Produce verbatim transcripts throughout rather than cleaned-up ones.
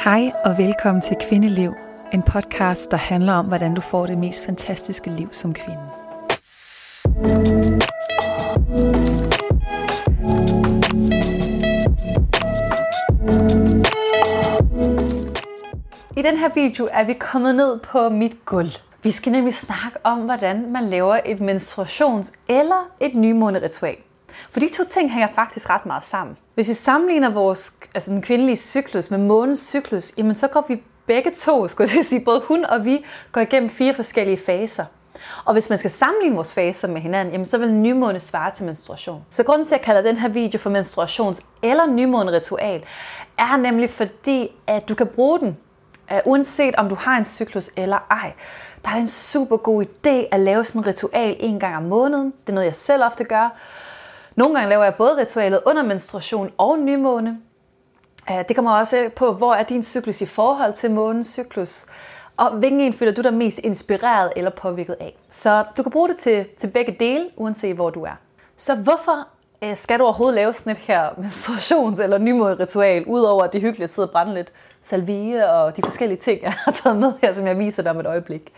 Hej og velkommen til Kvindeliv, en podcast, der handler om, hvordan du får det mest fantastiske liv som kvinde. I den her video er vi kommet ned på mit gulv. Vi skal nemlig snakke om, hvordan man laver et menstruations- eller et nymåneritual. For de to ting hænger faktisk ret meget sammen. Hvis vi sammenligner vores, altså den kvindelige cyklus med månens cyklus, jamen så går vi begge to, skulle jeg sige, både hun og vi, går igennem fire forskellige faser. Og hvis man skal sammenligne vores faser med hinanden, jamen så vil nymåne svare til menstruation. Så grunden til, at jeg kalder den her video for menstruations- eller nymåneritual, er nemlig fordi, at du kan bruge den, uanset om du har en cyklus eller ej. Der er en super god idé at lave sådan en ritual en gang om måneden. Det er noget, jeg selv ofte gør. Nogle gange laver jeg både ritualet under menstruation og nymåne. Det kommer også på, hvor er din cyklus i forhold til månens cyklus, og hvilken en føler du dig mest inspireret eller påvirket af. Så du kan bruge det til, til begge dele, uanset hvor du er. Så hvorfor skal du overhovedet lave sådan et her menstruations- eller nymåneritual, udover at det er hyggeligt at sidde og brænde lidt salvie og de forskellige ting, jeg har taget med her, som jeg viser dig om et øjeblik?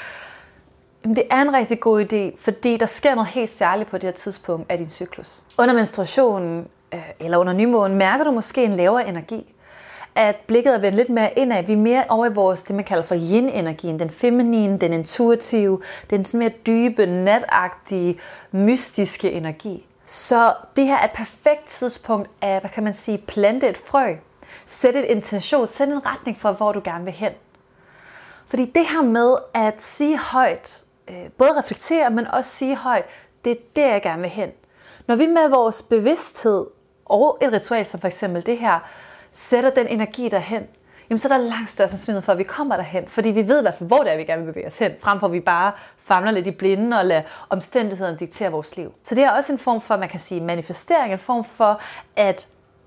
Det er en rigtig god idé, fordi der sker noget helt særligt på det her tidspunkt af din cyklus. Under menstruationen eller under nymånen mærker du måske en lavere energi. At blikket er vendt lidt mere indad. Vi er mere over i vores, det man kalder for yin-energien. Den feminine, den intuitive, den sådan mere dybe, natagtige, mystiske energi. Så det her er et perfekt tidspunkt at, hvad kan man sige, plante et frø. Sæt et intention, sæt en retning for, hvor du gerne vil hen. Fordi det her med at sige højt, både reflektere, men også sige højt, det er det, jeg gerne vil hen. Når vi med vores bevidsthed og et ritual som for eksempel det her, sætter den energi derhen, jamen så er der langt større sandsynlighed for, at vi kommer derhen. Fordi vi ved i hvert fald, hvor det er, vi gerne vil bevæge os hen, frem for at vi bare famler lidt i blinde og lader omstændighederne diktere vores liv. Så det er også en form for, man kan sige, manifestering, en form for, at,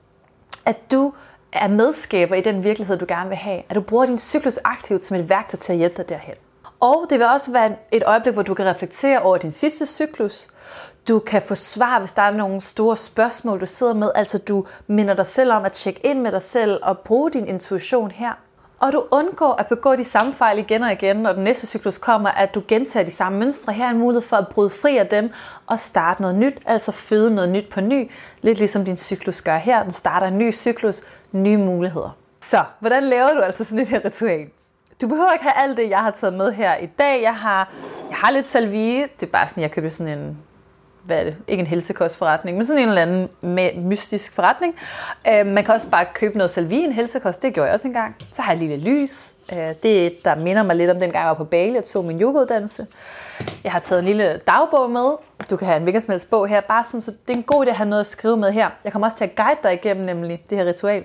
at du er medskaber i den virkelighed, du gerne vil have. At du bruger din cyklus aktivt som et værktøj til at hjælpe dig derhen. Og det vil også være et øjeblik, hvor du kan reflektere over din sidste cyklus. Du kan få svar, hvis der er nogle store spørgsmål, du sidder med. Altså du minder dig selv om at tjekke ind med dig selv og bruge din intuition her. Og du undgår at begå de samme fejl igen og igen, når den næste cyklus kommer, at du gentager de samme mønstre. Her er en mulighed for at bryde fri af dem og starte noget nyt, altså føde noget nyt på ny. Lidt ligesom din cyklus gør her. Den starter en ny cyklus, nye muligheder. Så, hvordan laver du altså sådan et her ritual? Du behøver ikke have alt det, jeg har taget med her i dag. Jeg har, jeg har lidt salvie. Det er bare sådan, jeg køber sådan en, hvad er det? Ikke en helsekostforretning, men sådan en eller anden med mystisk forretning. Øh, man kan også bare købe noget salvie, en helsekost. Det gjorde jeg også engang. Så har jeg et lille lys. Øh, det er et, der minder mig lidt om den gang, jeg var på Bali og tog min yogauddannelse. Jeg har taget en lille dagbog med. Du kan have en hvilken som helst bog her. Bare sådan, så det er en god idé at have noget at skrive med her. Jeg kommer også til at guide dig igennem nemlig det her ritual.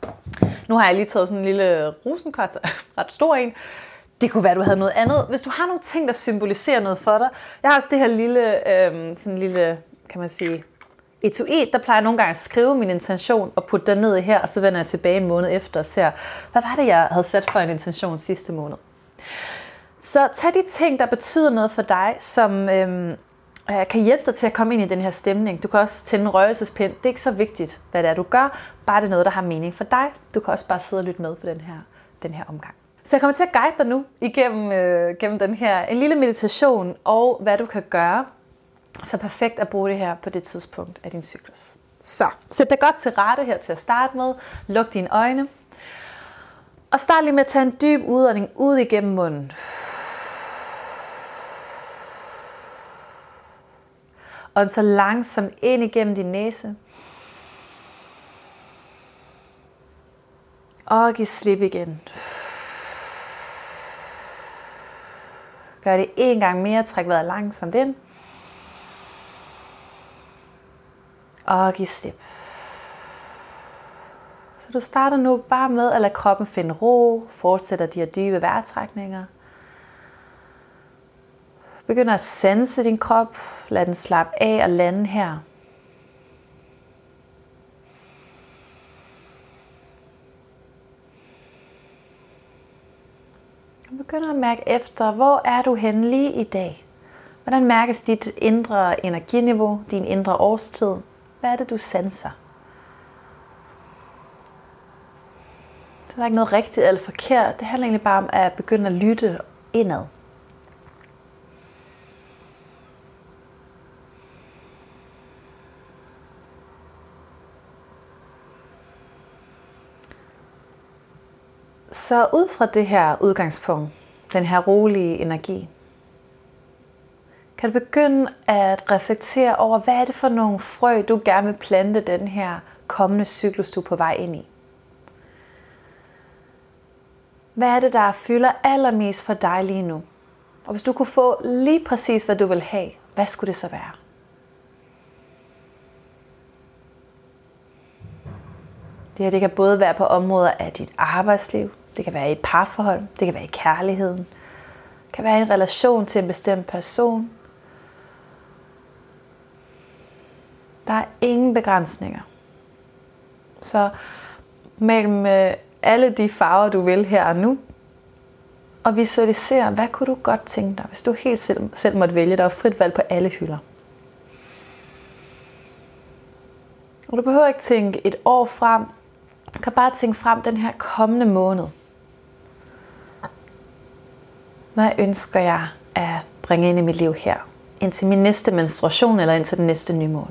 Nu har jeg lige taget sådan en lille rosenkvarts, ret stor en. Det kunne være, at du havde noget andet. Hvis du har nogle ting, der symboliserer noget for dig. Jeg har også det her lille, øh, sådan en lille, kan man sige, etui, der plejer jeg nogle gange at skrive min intention og putte den ned i her, og så vender jeg tilbage en måned efter og ser, hvad var det, jeg havde sat for en intention sidste måned. Så tag de ting, der betyder noget for dig, som øh, kan hjælpe dig til at komme ind i den her stemning. Du kan også tænde en røgelsespind. Det er ikke så vigtigt, hvad det er, du gør. Bare det er noget, der har mening for dig. Du kan også bare sidde og lytte med på den her, den her omgang. Så jeg kommer til at guide dig nu igennem øh, gennem den her en lille meditation og hvad du kan gøre. Så perfekt at bruge det her på det tidspunkt af din cyklus. Så sæt dig godt til rette her til at starte med. Luk dine øjne. Og start lige med at tage en dyb udånding ud igennem munden. Og så langsomt ind igennem din næse. Og giv slip igen. Gør det en gang mere. Træk vejret langsomt ind. Og giv slip. Så du starter nu bare med at lade kroppen finde ro. Fortsætter de her dybe vejrtrækninger. Begynd at sanse din krop. Lad den slappe af og lande her. Og begynd at mærke efter, hvor er du henne lige i dag? Hvordan mærkes dit indre energiniveau, din indre årstid? Hvad er det, du sanser? Der er ikke noget rigtigt eller forkert. Det handler egentlig bare om at begynde at lytte indad. Så ud fra det her udgangspunkt, den her rolige energi, kan du begynde at reflektere over, hvad er det for nogle frø, du gerne vil plante den her kommende cyklus, du er på vej ind i. Hvad er det, der fylder allermest for dig lige nu? Og hvis du kunne få lige præcis, hvad du vil have, hvad skulle det så være? Det her det kan både være på områder af dit arbejdsliv, det kan være i et parforhold, det kan være i kærligheden, det kan være i en relation til en bestemt person. Der er ingen begrænsninger. Så mellem alle de farver, du vil her og nu, og visualisere, hvad kunne du godt tænke dig, hvis du helt selv, selv måtte vælge. Der er frit valg på alle hylder. Og du behøver ikke tænke et år frem. Du kan bare tænke frem den her kommende måned. Hvad ønsker jeg at bringe ind i mit liv her? Indtil min næste menstruation eller indtil den næste nymåne?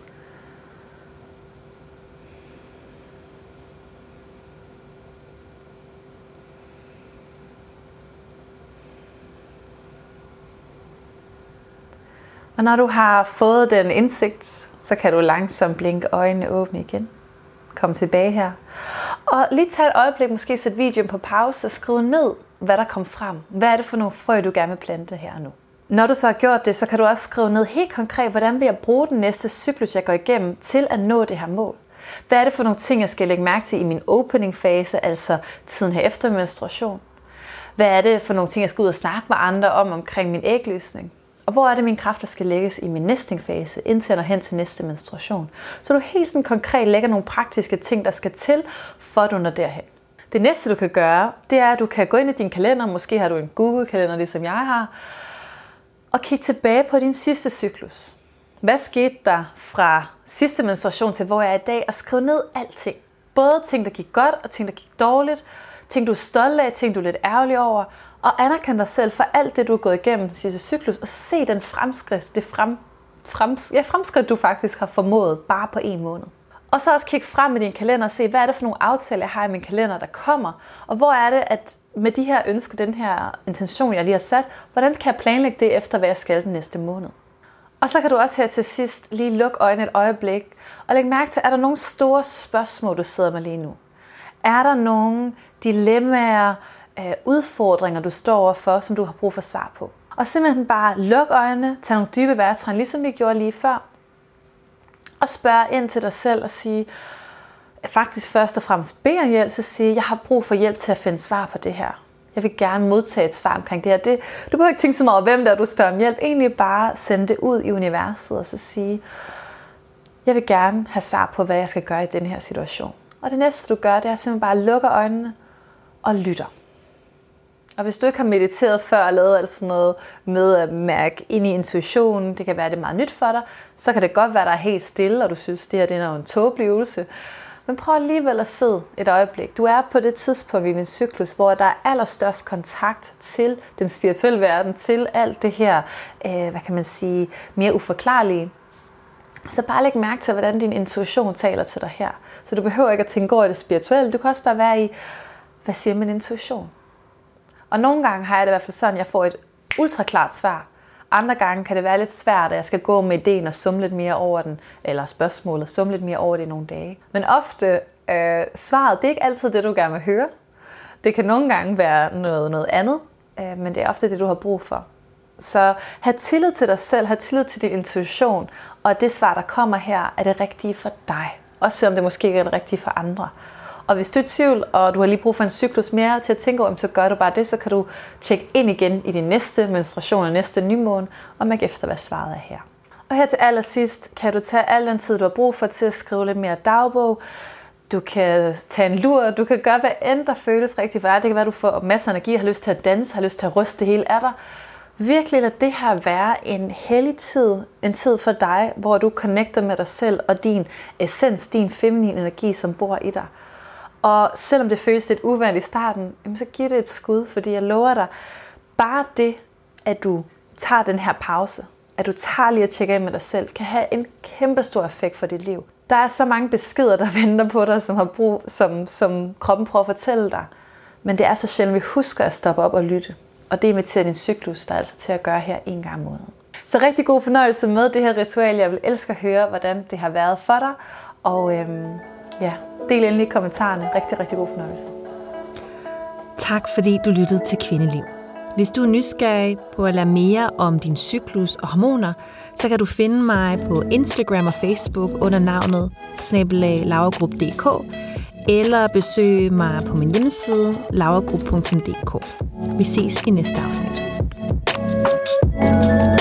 Og når du har fået den indsigt, så kan du langsomt blinke øjnene åbne igen. Kom tilbage her. Og lige tage et øjeblik, måske sætte videoen på pause og skrive ned, hvad der kom frem. Hvad er det for nogle frø, du gerne vil plante her og nu? Når du så har gjort det, så kan du også skrive ned helt konkret, hvordan vil jeg bruge den næste cyklus, jeg går igennem, til at nå det her mål. Hvad er det for nogle ting, jeg skal lægge mærke til i min opening fase, altså tiden her efter menstruation? Hvad er det for nogle ting, jeg skal ud og snakke med andre om omkring min ægløsning? Og hvor er det, mine kræfter skal lægges i min nestingfase, indtil og hen til næste menstruation? Så du helt sådan konkret lægger nogle praktiske ting, der skal til, for at du når derhen. Det næste, du kan gøre, det er, at du kan gå ind i din kalender. Måske har du en Google-kalender, ligesom jeg har. Og kigge tilbage på din sidste cyklus. Hvad skete der fra sidste menstruation til, hvor jeg er i dag? Og skrive ned alting. Både ting, der gik godt, og ting, der gik dårligt. Ting, du er stolt af, ting, du er lidt ærgerlig over. Og anerkend dig selv for alt det, du har gået igennem den sidste cyklus, og se den fremskridt, det frem, frems, ja, fremskridt, du faktisk har formået bare på en måned. Og så også kigge frem i din kalender og se, hvad er det for nogle aftaler, jeg har i min kalender, der kommer, og hvor er det, at med de her ønsker, den her intention, jeg lige har sat, hvordan kan jeg planlægge det efter, hvad jeg skal den næste måned. Og så kan du også her til sidst lige lukke øjnene et øjeblik, og lægge mærke til, er der nogle store spørgsmål, du sidder med lige nu? Er der nogle dilemmaer, udfordringer, du står overfor, som du har brug for svar på? Og simpelthen bare luk øjnene, tag nogle dybe vejrtræk, ligesom vi gjorde lige før, og spørg ind til dig selv og sige, faktisk først og fremmest bed om hjælp, så sige, jeg har brug for hjælp til at finde svar på det her. Jeg vil gerne modtage et svar omkring det her. Det, du behøver ikke tænke så meget over, hvem der du spørger om hjælp. Egentlig bare sende det ud i universet og så sige, jeg vil gerne have svar på, hvad jeg skal gøre i den her situation. Og det næste, du gør, det er simpelthen bare at lukke øjnene og lytter. Og hvis du ikke har mediteret før og lavet altså sådan noget med at mærke ind i intuitionen, det kan være, det er meget nyt for dig, så kan det godt være, der er helt stille, og du synes, det her det er en tåbelig øvelse. Men prøv alligevel at sidde et øjeblik. Du er på det tidspunkt i din cyklus, hvor der er allerstørst kontakt til den spirituelle verden, til alt det her, øh, hvad kan man sige, mere uforklarlige. Så bare læg mærke til, hvordan din intuition taler til dig her. Så du behøver ikke at tænke over i det spirituelle, du kan også bare være i, hvad siger min intuition? Og nogle gange har jeg det i hvert fald sådan, at jeg får et ultraklart svar. Andre gange kan det være lidt svært, at jeg skal gå med ideen og summe lidt mere over den, eller spørgsmålet, summe lidt mere over det i nogle dage. Men ofte, øh, svaret, det er ikke altid det, du gerne vil høre. Det kan nogle gange være noget, noget andet, øh, men det er ofte det, du har brug for. Så have tillid til dig selv, have tillid til din intuition, og det svar, der kommer her, er det rigtige for dig. Også selvom det måske ikke er det rigtige for andre. Og hvis du er i tvivl, og du har lige brug for en cyklus mere til at tænke over, så gør du bare det, så kan du tjekke ind igen i din næste menstruation og næste nymåne, og mærke efter, hvad svaret er her. Og her til allersidst kan du tage al den tid, du har brug for til at skrive lidt mere dagbog. Du kan tage en lur, du kan gøre, hvad end der føles rigtigt for dig. Det kan være, du får masser af energi, har lyst til at danse, har lyst til at ryste det hele af dig. Virkelig lad det her være en hellig tid, en tid for dig, hvor du connecter med dig selv og din essens, din feminine energi, som bor i dig. Og selvom det føles lidt uvant i starten, så giver det et skud, fordi jeg lover dig, bare det, at du tager den her pause, at du tager lige at tjekke ind med dig selv, kan have en kæmpe stor effekt for dit liv. Der er så mange beskeder, der venter på dig, som, har brug, som, som kroppen prøver at fortælle dig. Men det er så sjældent, vi husker at stoppe op og lytte. Og det inviterer din cyklus, der er altså til at gøre her en gang om måneden. Så rigtig god fornøjelse med det her ritual. Jeg vil elske at høre, hvordan det har været for dig. Og øhm, ja, del endelig i kommentarerne. Rigtig, rigtig god fornøjelse. Tak fordi du lyttede til Kvindeliv. Hvis du er nysgerrig på at lære mere om din cyklus og hormoner, så kan du finde mig på Instagram og Facebook under navnet snabel-a lauragrup punktum d k eller besøge mig på min hjemmeside lauragrup punktum d k. Vi ses i næste afsnit.